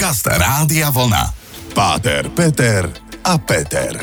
Podcast Rádia Vlna. Páter, Peter a Peter.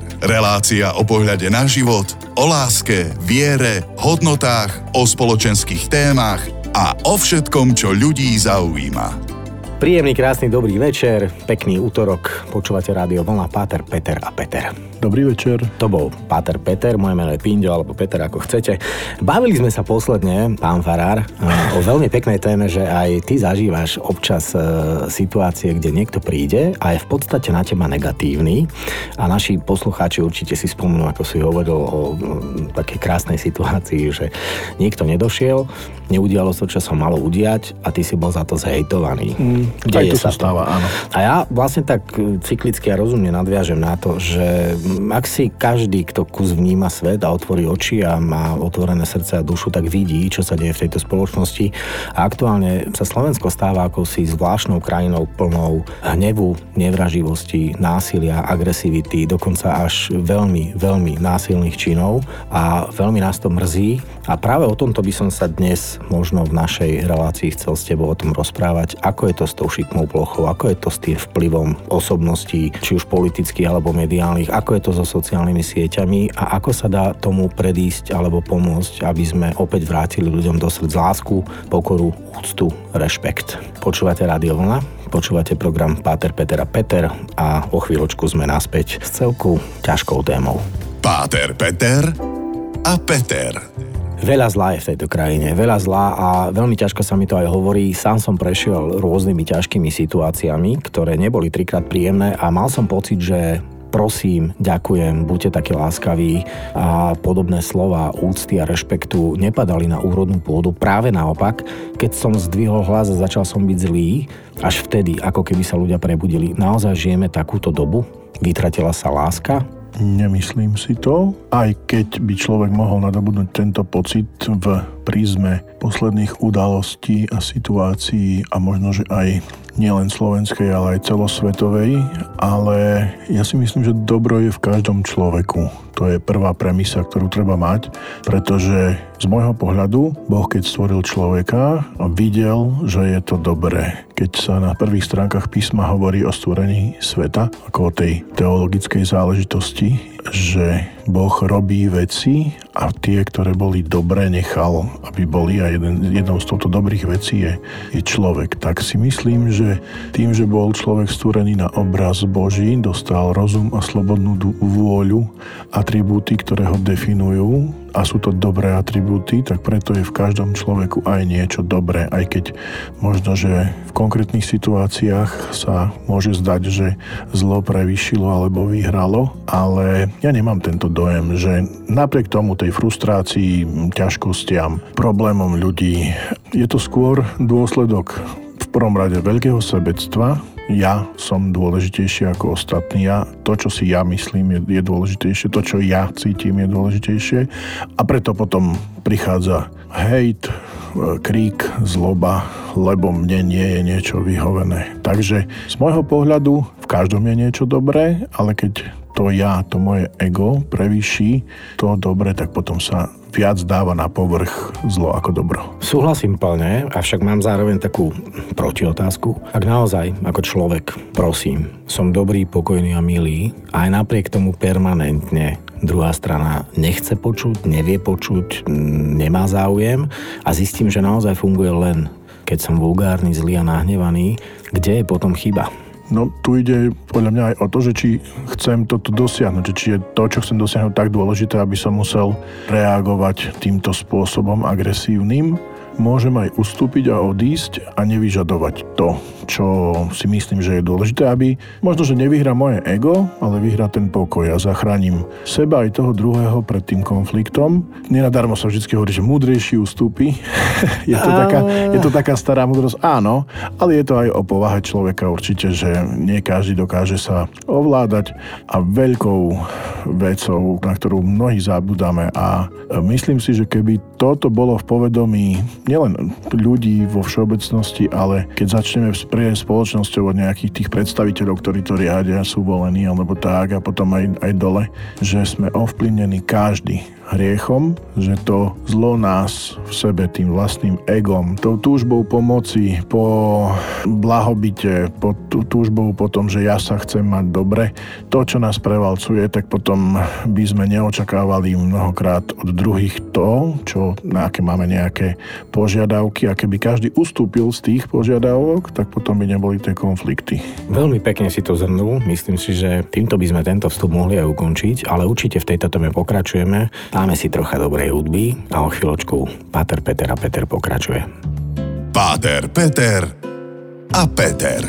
Relácia o pohľade na život, o láske, viere, hodnotách, o spoločenských témach a o všetkom, čo ľudí zaujíma. Príjemný, krásny, dobrý večer, pekný útorok. Počúvate Rádio Vlna, Páter, Peter a Peter. Dobrý večer. To bol Páter Peter, moje meno je Pinďo, alebo Peter, ako chcete. Bavili sme sa posledne, pán farár, o veľmi peknej téme, že aj ty zažívaš občas situácie, kde niekto príde a je v podstate na teba negatívny. A naši poslucháči určite si spomenú, ako si hovoril o takej krásnej situácii, že niekto nedošiel, neudialo sa, čo sa malo udiať a ty si bol za to zhejtovaný. Aj to sa stáva, áno. A ja vlastne tak cyklicky a rozumne nadviažem na to, že ak si každý, kto kus vníma svet a otvorí oči a má otvorené srdce a dušu, tak vidí, čo sa deje v tejto spoločnosti. A aktuálne sa Slovensko stáva akousi zvláštnou krajinou plnou hnevu, nevraživosti, násilia, agresivity, dokonca až veľmi, veľmi násilných činov a veľmi nás to mrzí. A práve o tomto by som sa dnes možno v našej relácii chcel s tebou o tom rozprávať, ako je to s tou šikmou plochou, ako je to s tým vplyvom osobností, či už politických alebo mediálnych, ako je to so sociálnymi sieťami a ako sa dá tomu predísť alebo pomôcť, aby sme opäť vrátili ľuďom do srdc lásku, pokoru, úctu, rešpekt. Počúvate Rádio Vlna, počúvate program Páter, Peter a Peter a o chvíľočku sme naspäť s celku ťažkou témou. Páter, Peter a Peter. Veľa zla je v tejto krajine, veľa zla a veľmi ťažko sa mi to aj hovorí. Sám som prešiel rôznymi ťažkými situáciami, ktoré neboli trikrát príjemné a mal som pocit, že prosím, ďakujem, buďte takí láskaví a podobné slova úcty a rešpektu nepadali na úrodnú pôdu. Práve naopak, keď som zdvihol hlas a začal som byť zlý, až vtedy, ako keby sa ľudia prebudili. Naozaj žijeme takúto dobu? Vytratila sa láska? Nemyslím si to, aj keď by človek mohol nadobudnúť tento pocit v prízme posledných udalostí a situácií a možno, že aj nielen slovenskej, ale aj celosvetovej, ale ja si myslím, že dobro je v každom človeku. To je prvá premisa, ktorú treba mať, pretože z môjho pohľadu Boh, keď stvoril človeka, videl, že je to dobré. Keď sa na prvých stránkach písma hovorí o stvorení sveta, ako o tej teologickej záležitosti, že Boh robí veci a tie, ktoré boli dobré, nechal, aby boli a jednou z touto dobrých vecí je človek. Tak si myslím, že tým, že bol človek stvorený na obraz Boží, dostal rozum a slobodnú vôľu, atribúty, ktoré ho definujú a sú to dobré atribúty, tak preto je v každom človeku aj niečo dobré, aj keď možno, že v konkrétnych situáciách sa môže zdať, že zlo prevýšilo alebo vyhralo, ale ja nemám tento dojem, že napriek tomu tej frustrácii, ťažkostiam, problémom ľudí, je to skôr dôsledok v prvom rade veľkého sebectva. Ja som dôležitejší ako ostatní. To, čo si ja myslím, je dôležitejšie. To, čo ja cítim, je dôležitejšie. A preto potom prichádza hejt, krík, zloba, lebo mne nie je niečo vyhovené. Takže z môjho pohľadu v každom je niečo dobré, ale keď to ja, to moje ego prevýši to dobre, tak potom sa viac dáva na povrch zlo ako dobro. Súhlasím plne, avšak mám zároveň takú protiotázku. Ak naozaj, ako človek, prosím, som dobrý, pokojný a milý, aj napriek tomu permanentne druhá strana nechce počuť, nevie počuť, nemá záujem a zistím, že naozaj funguje len, keď som vulgárny, zlý a nahnevaný, kde je potom chyba? No tu ide podľa mňa aj o to, že či chcem toto dosiahnuť, či je to, čo chcem dosiahnuť, tak dôležité, aby som musel reagovať týmto spôsobom agresívnym. Môžem aj ustúpiť a odísť a nevyžadovať to, čo si myslím, že je dôležité, aby možno, že nevyhrá moje ego, ale vyhrá ten pokoj a zachránim seba aj toho druhého pred tým konfliktom. Nenadarmo sa vždy hovorí, že múdrejší ustúpi. je to taká stará múdrosť, áno, ale je to aj o povahe človeka určite, že nie každý dokáže sa ovládať a veľkou vecou, na ktorú mnohí zabudáme a myslím si, že keby toto bolo v povedomí nielen ľudí vo všeobecnosti, ale keď začneme sprieť spoločnosťou od nejakých tých predstaviteľov, ktorí to riadia, sú volení alebo tak a potom aj dole, že sme ovplyvnení každý hriechom, že to zlo nás v sebe tým vlastným egom, tou túžbou po moci, po blahobite, po túžbou po tom, že ja sa chcem mať dobre, to, čo nás prevalcuje, tak potom by sme neočakávali mnohokrát od druhých to, na aké máme nejaké požiadavky, a keby každý ustúpil z tých požiadavok, tak potom by neboli tie konflikty. Veľmi pekne si to zhrnul. Myslím si, že týmto by sme tento vstup mohli aj ukončiť, ale určite v tejto téme pokračujeme. Dáme si trocha dobrej hudby a o chvíľočku Páter Peter a Peter pokračuje. Páter Peter a Peter.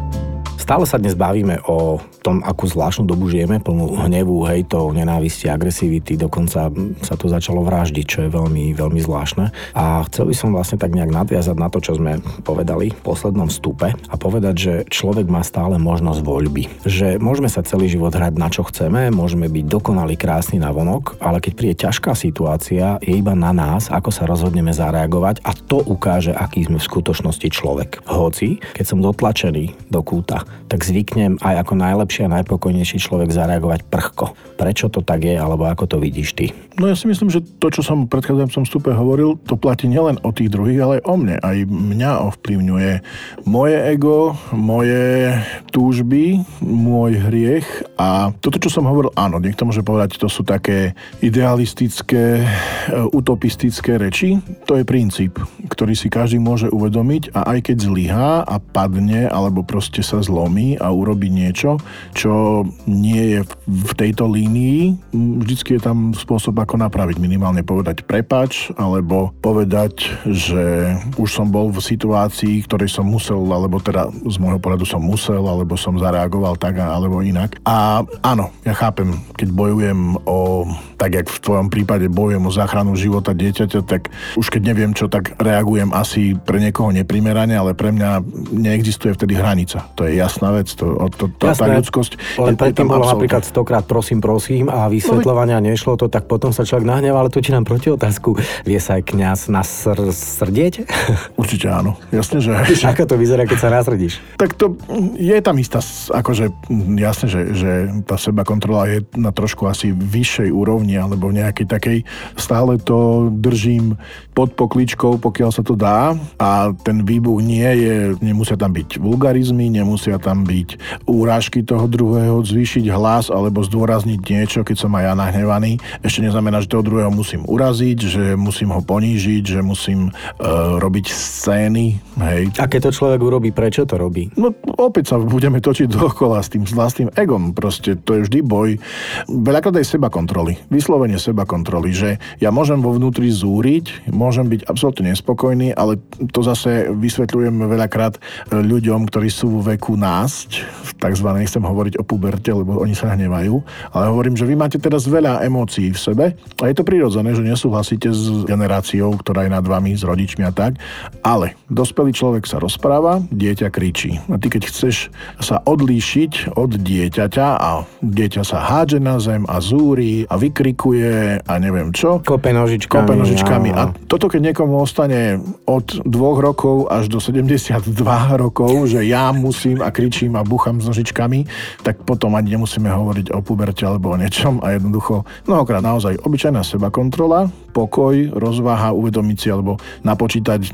Stále sa dnes bavíme o tom, akú zvláštnu dobu žijeme, plnú hnevu, hejtov, nenávisti, agresivity, dokonca sa tu začalo vraždiť, čo je veľmi, veľmi zvláštne. A chcel by som vlastne tak nejak nadviazať na to, čo sme povedali v poslednom vstupe a povedať, že človek má stále možnosť voľby. Že môžeme sa celý život hrať na čo chceme, môžeme byť dokonalý, krásny navonok, ale keď príde ťažká situácia, je iba na nás, ako sa rozhodneme zareagovať, a to ukáže, aký sme v skutočnosti človek. Hoci, keď som dotlačený do kúta, tak zvyknem aj ako najlepší a najpokojnejší človek zareagovať prchko. Prečo to tak je, alebo ako to vidíš ty? No ja si myslím, že to, čo som v predchádzajúcom vstupe hovoril, to platí nielen o tých druhých, ale aj o mne. Aj mňa ovplyvňuje moje ego, moje túžby, môj hriech, a toto, čo som hovoril, áno, niekto môže povedať, to sú také idealistické, utopistické reči. To je princíp, ktorý si každý môže uvedomiť, a aj keď zlyhá a padne, alebo proste sa zlomí a urobí niečo, čo nie je v tejto línii, vždycky je tam spôsob, ako napraviť. Minimálne povedať prepáč, alebo povedať, že už som bol v situácii, ktorej som musel, alebo teda z môjho pohľadu som musel, alebo som zareagoval tak, alebo inak. A áno, ja chápem, keď bojujem tak jak v tvojom prípade bojujem o záchranu života dieťaťa, tak už keď neviem čo, tak reagujem asi pre niekoho neprimerane, ale pre mňa neexistuje vtedy hranica. To je jasná vec, tá ľudskosť. Len predtým bolo napríklad 100-krát prosím a vysvetľovania nešlo to, tak potom sa človek nahneval, ale tu ti nám protiotázku. Vie sa aj kňaz nasrdieť? Určite áno. Jasne, že... Ako to vyzerá, keď sa nasrdíš? Tak to je tam istá, akože jasne, že tá sebakontrola je na trošku asi vyššej úrovni, alebo v nejakej takej, stále to držím pod pokličkou, pokiaľ sa to dá, a ten výbuch nemusia tam byť vulgarizmy, nemusia tam byť úrážky toho druhého, zvýšiť hlas alebo zdôrazniť niečo, keď som aj ja nahnevaný. Ešte neznamená, že toho druhého musím uraziť, že musím ho ponížiť, že musím robiť scény. Hej. A keď to človek urobí, prečo to robí? No opäť sa budeme točiť dookola s tým vlastným egom. Proste to je vždy boj. Veľakrát aj sebakontroly. Vyslovene sebakontroly, že ja môžem vo vnútri zúriť, môžem byť absolútne nespokojný, ale to zase vysvetľujem veľakrát ľuďom, ktorí sú vo veku násť, takzvané, nechcem hovoriť o puberte, lebo oni sa hnevajú, ale hovorím, že vy máte teraz veľa emócií v sebe a je to prirodzené, že nesúhlasíte s generáciou, ktorá je nad vami, s rodičmi a tak, ale dospelý človek sa rozpráva, dieťa kričí. A ty keď chceš sa odlíšiť od dieťaťa a dieťa sa hádže na zem a zúri a vykrikuje a neviem čo. Kope nožičkami. A toto, keď niekomu ostane od 2 rokov až do 72 rokov, že ja musím a kričím a buchám s nožičkami, tak potom ani nemusíme hovoriť o puberte alebo o niečom, a jednoducho mnohokrát naozaj obyčajná sebakontrola, pokoj, rozvaha, uvedomiť si alebo napočítať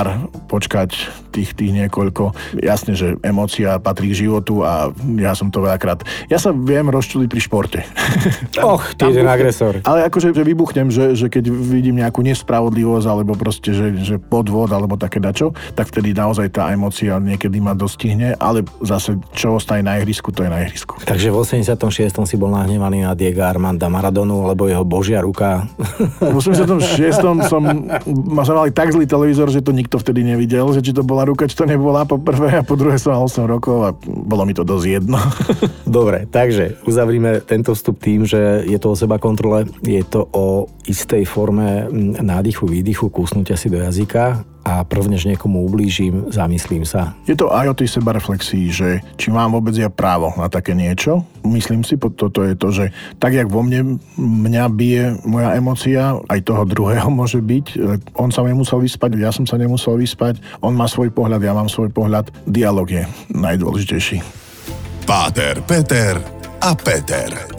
počkať tých niekoľko. Jasne, že emócia patrí k životu a ja som to veľakrát. Ja sa viem rozčuliť pri športe. Ty je ten agresor. Ale akože vybuchnem, že keď vidím nejakú nespravodlivosť alebo proste, že podvod alebo také dačo, tak vtedy naozaj tá emócia niekedy ma dostihne, ale zase čo ostane na ihrisku, to je na ihrisku. Takže v 86. si bol nahnevaný na Diego Armanda Maradonu, lebo jeho božia ruka. V 86. som mali tak zlý televízor, že to nikto vtedy nevidel, že či to bola ruka, či to nebola, po prvé, a po druhé som mal 8 rokov a bolo mi to dosť jedno. Dobre, takže uzavrime tento vstup tým, že je to o sebakontrole, je to o istej forme nádychu, výdychu, kúsnutia si do jazyka a prvnež niekomu ublížim, zamyslím sa. Je to aj o tej sebareflexii, že či mám vôbec ja právo na také niečo. Myslím si, toto je to, že tak, jak vo mňa bije moja emócia, aj toho druhého môže byť. On sa nemusel vyspať, ja som sa nemusel vyspať. On má svoj pohľad, ja mám svoj pohľad. Dialóg je najdôležitejší. Páter Peter a Peter.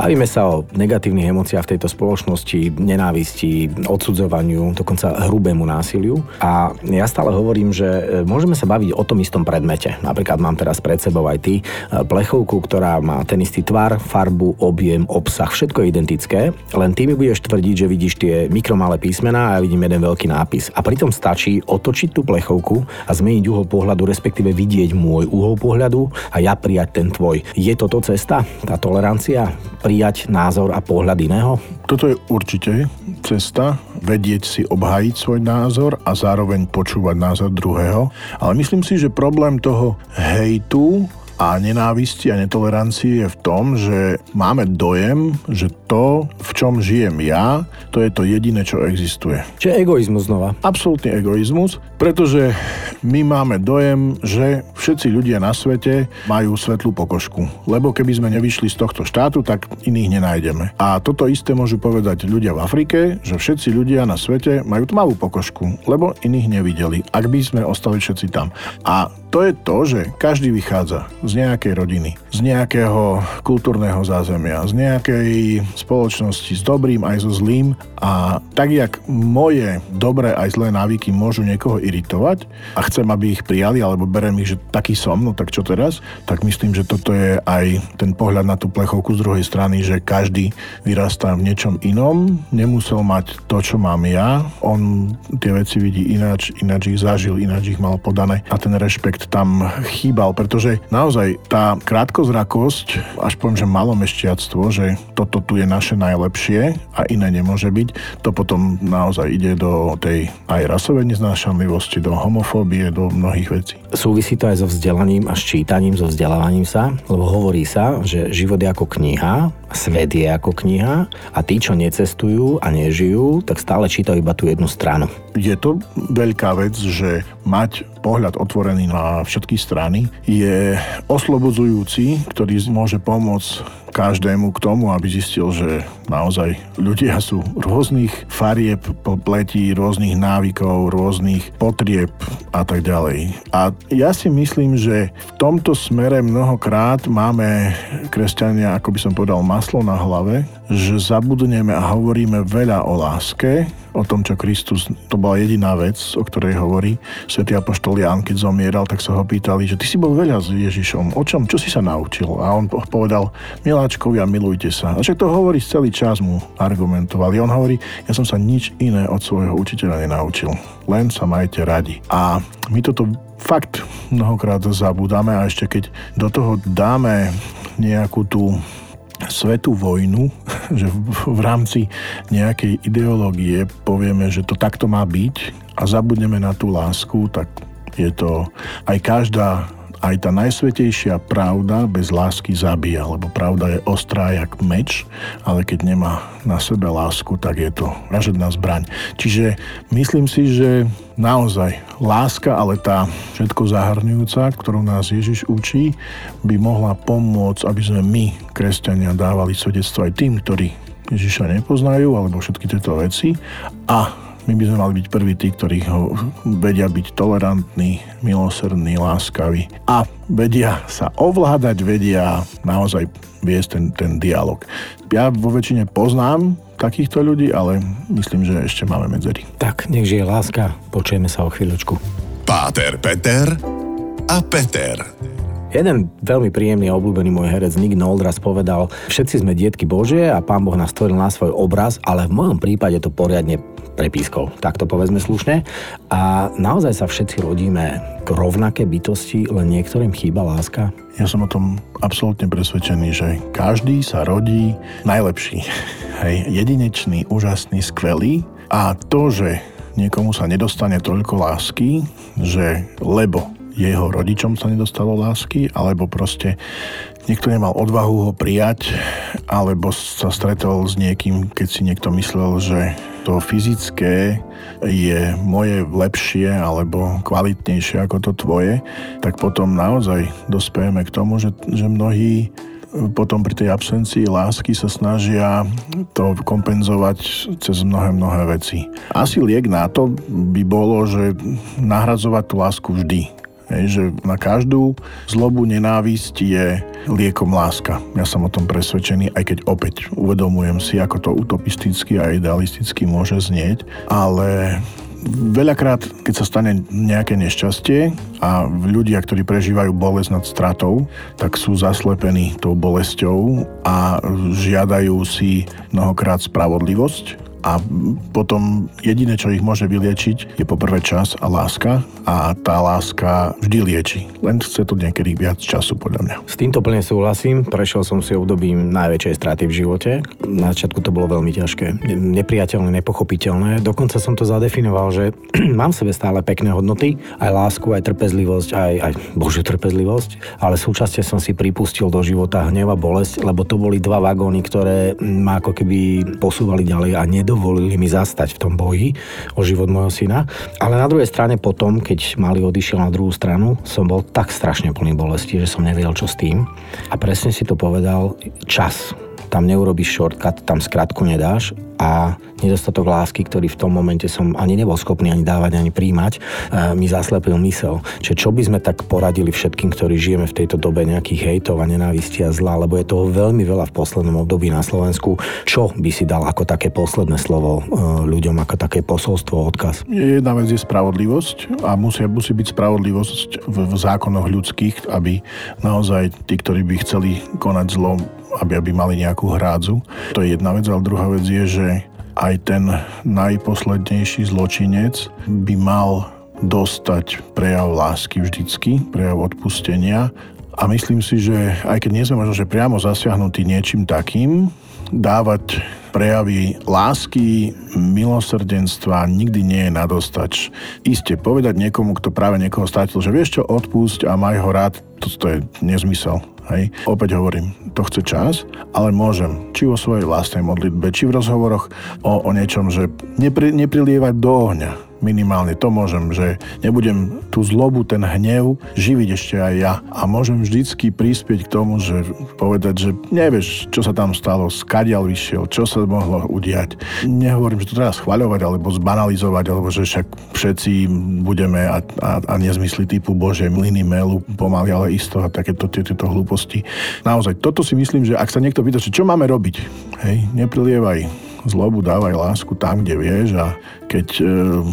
Bavíme sa o negatívnych emóciách v tejto spoločnosti, nenávisti, odsudzovaniu, dokonca hrubému násiliu. A ja stále hovorím, že môžeme sa baviť o tom istom predmete. Napríklad mám teraz pred sebou aj ty plechovku, ktorá má ten istý tvar, farbu, objem, obsah, všetko je identické, len ty mi budeš tvrdiť, že vidíš tie mikromalé písmená a ja vidím jeden veľký nápis. A pritom stačí otočiť tú plechovku a zmeniť uhol pohľadu, respektíve vidieť môj uhol pohľadu a ja prijať ten tvoj. Je toto cesta? Tá tolerancia? Prijať názor a pohľad iného? Toto je určite cesta, vedieť si obhájiť svoj názor a zároveň počúvať názor druhého. Ale myslím si, že problém toho hejtu a nenávisti a netolerancie je v tom, že máme dojem, že to, v čom žijem ja, to je to jediné, čo existuje. Čiže egoizmus znova. Absolútny egoizmus, pretože my máme dojem, že všetci ľudia na svete majú svetlú pokožku. Lebo keby sme nevyšli z tohto štátu, tak iných nenájdeme. A toto isté môžu povedať ľudia v Afrike, že všetci ľudia na svete majú tmavú pokožku, lebo iných nevideli, ak by sme ostali všetci tam. A to je to, že každý vychádza z nejakej rodiny, z nejakého kultúrneho zázemia, z nejakej spoločnosti s dobrým aj so zlým a tak, jak moje dobré aj zlé návyky môžu niekoho iritovať a chcem, aby ich prijali, alebo berem ich, že taký som, no tak čo teraz? Tak myslím, že toto je aj ten pohľad na tú plechovku z druhej strany, že každý vyrastá v niečom inom, nemusel mať to, čo mám ja, on tie veci vidí ináč ich zažil, ináč ich mal podané a ten rešpekt tam chýbal, pretože naozaj tá krátkozrakosť, až poviem, že malomešťatstvo, že toto tu je naše najlepšie a iné nemôže byť, to potom naozaj ide do tej aj rasovej neznášanlivosti, do homofóbie, do mnohých vecí. Súvisí to aj so vzdelaním a ščítaním, so vzdelávaním sa, lebo hovorí sa, že život je ako kniha, svet je ako kniha a tí, čo necestujú a nežijú, tak stále čítajú iba tú jednu stranu. Je to veľká vec, že mať pohľad otvorený na všetky strany je oslobodzujúci, ktorý môže pomôcť každému k tomu, aby zistil, že naozaj ľudia sú rôznych farieb, pleti, rôznych návykov, rôznych potrieb a tak ďalej. A ja si myslím, že v tomto smere mnohokrát máme kresťania, ako by som povedal, maslo na hlave, že zabudneme a hovoríme veľa o láske, o tom, čo Kristus, to bola jediná vec, o ktorej hovorí svätý apoštol Ján, keď zomieral, tak sa ho pýtali, že ty si bol veľa s Ježišom, o čom, čo si sa naučil? A on povedal, miláčkovia, milujte sa. A však to hovorí celý čas, mu argumentovali. On hovorí, ja som sa nič iné od svojho učiteľa nenaučil, len sa majte radi. A my toto fakt mnohokrát zabúdame a ešte keď do toho dáme nejakú tú svetú vojnu, že v rámci nejakej ideológie povieme, že to takto má byť a zabudneme na tú lásku, tak je to aj každá, aj tá najsvätejšia pravda bez lásky zabíja, lebo pravda je ostrá jak meč, ale keď nemá na sebe lásku, tak je to vražedná zbraň. Čiže myslím si, že naozaj láska, ale tá všetko zahrňujúca, ktorú nás Ježiš učí, by mohla pomôcť, aby sme my, kresťania, dávali svedectvo aj tým, ktorí Ježiša nepoznajú, alebo všetky tieto veci. A my by sme mali byť prví tí, ktorí ho vedia byť tolerantní, milosrdní, láskaví a vedia sa ovládať, vedia naozaj viesť ten dialog. Ja vo väčšine poznám takýchto ľudí, ale myslím, že ešte máme medzery. Tak, nech žije láska, počujeme sa o chvíľočku. Páter Peter a Peter. Jeden veľmi príjemný a obľúbený môj herec Nick Nolte raz povedal, všetci sme dietky Božie a Pán Boh nás stvoril na svoj obraz, ale v mojom prípade to poriadne prepískol. Tak to povedzme slušne. A naozaj sa všetci rodíme k rovnaké bytosti, len niektorým chýba láska. Ja som o tom absolútne presvedčený, že každý sa rodí najlepší. Hej, jedinečný, úžasný, skvelý. A to, že niekomu sa nedostane toľko lásky, že lebo jeho rodičom sa nedostalo lásky, alebo proste niekto nemal odvahu ho prijať, alebo sa stretol s niekým, keď si niekto myslel, že to fyzické je moje lepšie alebo kvalitnejšie ako to tvoje, tak potom naozaj dospejeme k tomu, že mnohí potom pri tej absencii lásky sa snažia to kompenzovať cez mnohé veci. Asi liek na to by bolo, že nahradzovať tú lásku vždy. Že na každú zlobu, nenávisť je liekom láska. Ja som o tom presvedčený, aj keď opäť uvedomujem si, ako to utopisticky a idealisticky môže znieť, ale veľakrát, keď sa stane nejaké nešťastie a ľudia, ktorí prežívajú bolesť nad stratou, tak sú zaslepení tou bolesťou a žiadajú si mnohokrát spravodlivosť. A potom jediné, čo ich môže vyliečiť, je poprvé čas a láska. A tá láska vždy lieči. Len chce to niekedy viac času, podľa mňa. S týmto plne súhlasím. Prešiel som si obdobím najväčšej straty v živote. Na začiatku to bolo veľmi ťažké. Nepriateľné, nepochopiteľné. Dokonca som to zadefinoval, že mám v sebe stále pekné hodnoty. Aj lásku, aj trpezlivosť, aj Božiu trpezlivosť. Ale súčasne som si pripustil do života hnev a bolesť, lebo to boli dva vagóny, ktoré ma ako keby posúvali ďalej a dovolili mi zastať v tom boji o život môjho syna. Ale na druhej strane potom, keď malý odišiel na druhú stranu, som bol tak strašne plný bolesti, že som nevedel, čo s tým. A presne si to povedal, čas. Tam neurobíš shortcut, tam skratku nedáš a nedostatok lásky, ktorý v tom momente som ani nebol schopný ani dávať, ani príjmať, mi zaslepil mysel. Čiže čo by sme tak poradili všetkým, ktorí žijeme v tejto dobe nejakých hejtov a nenávisti a zla, lebo je toho veľmi veľa v poslednom období na Slovensku. Čo by si dal ako také posledné slovo ľuďom, ako také posolstvo, odkaz? Jedna vec je spravodlivosť a musí byť spravodlivosť v zákonoch ľudských, aby naozaj tí, ktorí by chceli konať zlo, aby mali nejakú hrádzu. To je jedna vec, ale druhá vec je, že aj ten najposlednejší zločinec by mal dostať prejav lásky vždycky, prejav odpustenia. A myslím si, že aj keď nie sme možno, že priamo zasiahnutí niečím takým, dávať prejavy lásky, milosrdenstva nikdy nie je nadostač. Isté, povedať niekomu, kto práve niekoho strátil, že vieš čo, odpusť a maj ho rád, to je nezmysel. Hej. Opäť hovorím, to chce čas, ale môžem, či vo svojej vlastnej modlitbe, či v rozhovoroch o niečom, že neprilievať do ohňa. Minimálne to môžem, že nebudem tú zlobu, ten hnev živiť ešte aj ja. A môžem vždycky prispieť k tomu, že povedať, že nevieš, čo sa tam stalo, skadiaľ vyšiel, čo sa mohlo udiať. Nehovorím, že to treba schvaľovať, alebo zbanalizovať, alebo že však všetci budeme a nezmysly typu Bože, mlyny melu pomaly, ale isto a takéto tieto hlúposti. Naozaj, toto si myslím, že ak sa niekto pýta, čo máme robiť, hej, neprilievaj zlobu, dávaj lásku tam, kde vieš a keď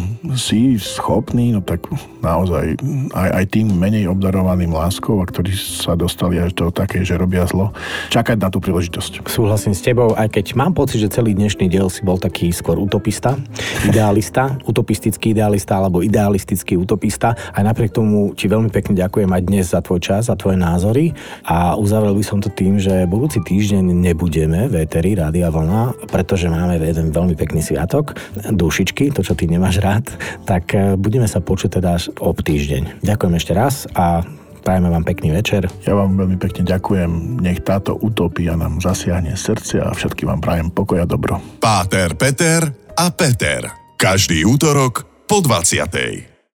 si schopný, no tak naozaj aj tým menej obdarovaným láskou, a ktorí sa dostali až do takej, že robia zlo, čakať na tú príležitosť. Súhlasím s tebou, aj keď mám pocit, že celý dnešný diel si bol taký skôr utopista, idealista, utopistický idealista alebo idealistický utopista. Aj napriek tomu ti veľmi pekne ďakujem aj dnes za tvoj čas, za tvoje názory a uzavrel by som to tým, že budúci týždeň nebudeme v éteri Rádia Vlna, pretože máme jeden veľmi pekný sviatok, Dušičky, to, čo ty nemáš rád, tak budeme sa počuť teda až o týždeň. Ďakujem ešte raz a prajeme vám pekný večer. Ja vám veľmi pekne ďakujem. Nech táto utopia nám zasiahne srdce a všetkým vám prajem pokoj a dobro. Páter, Peter a Peter. Každý útorok po 20:00.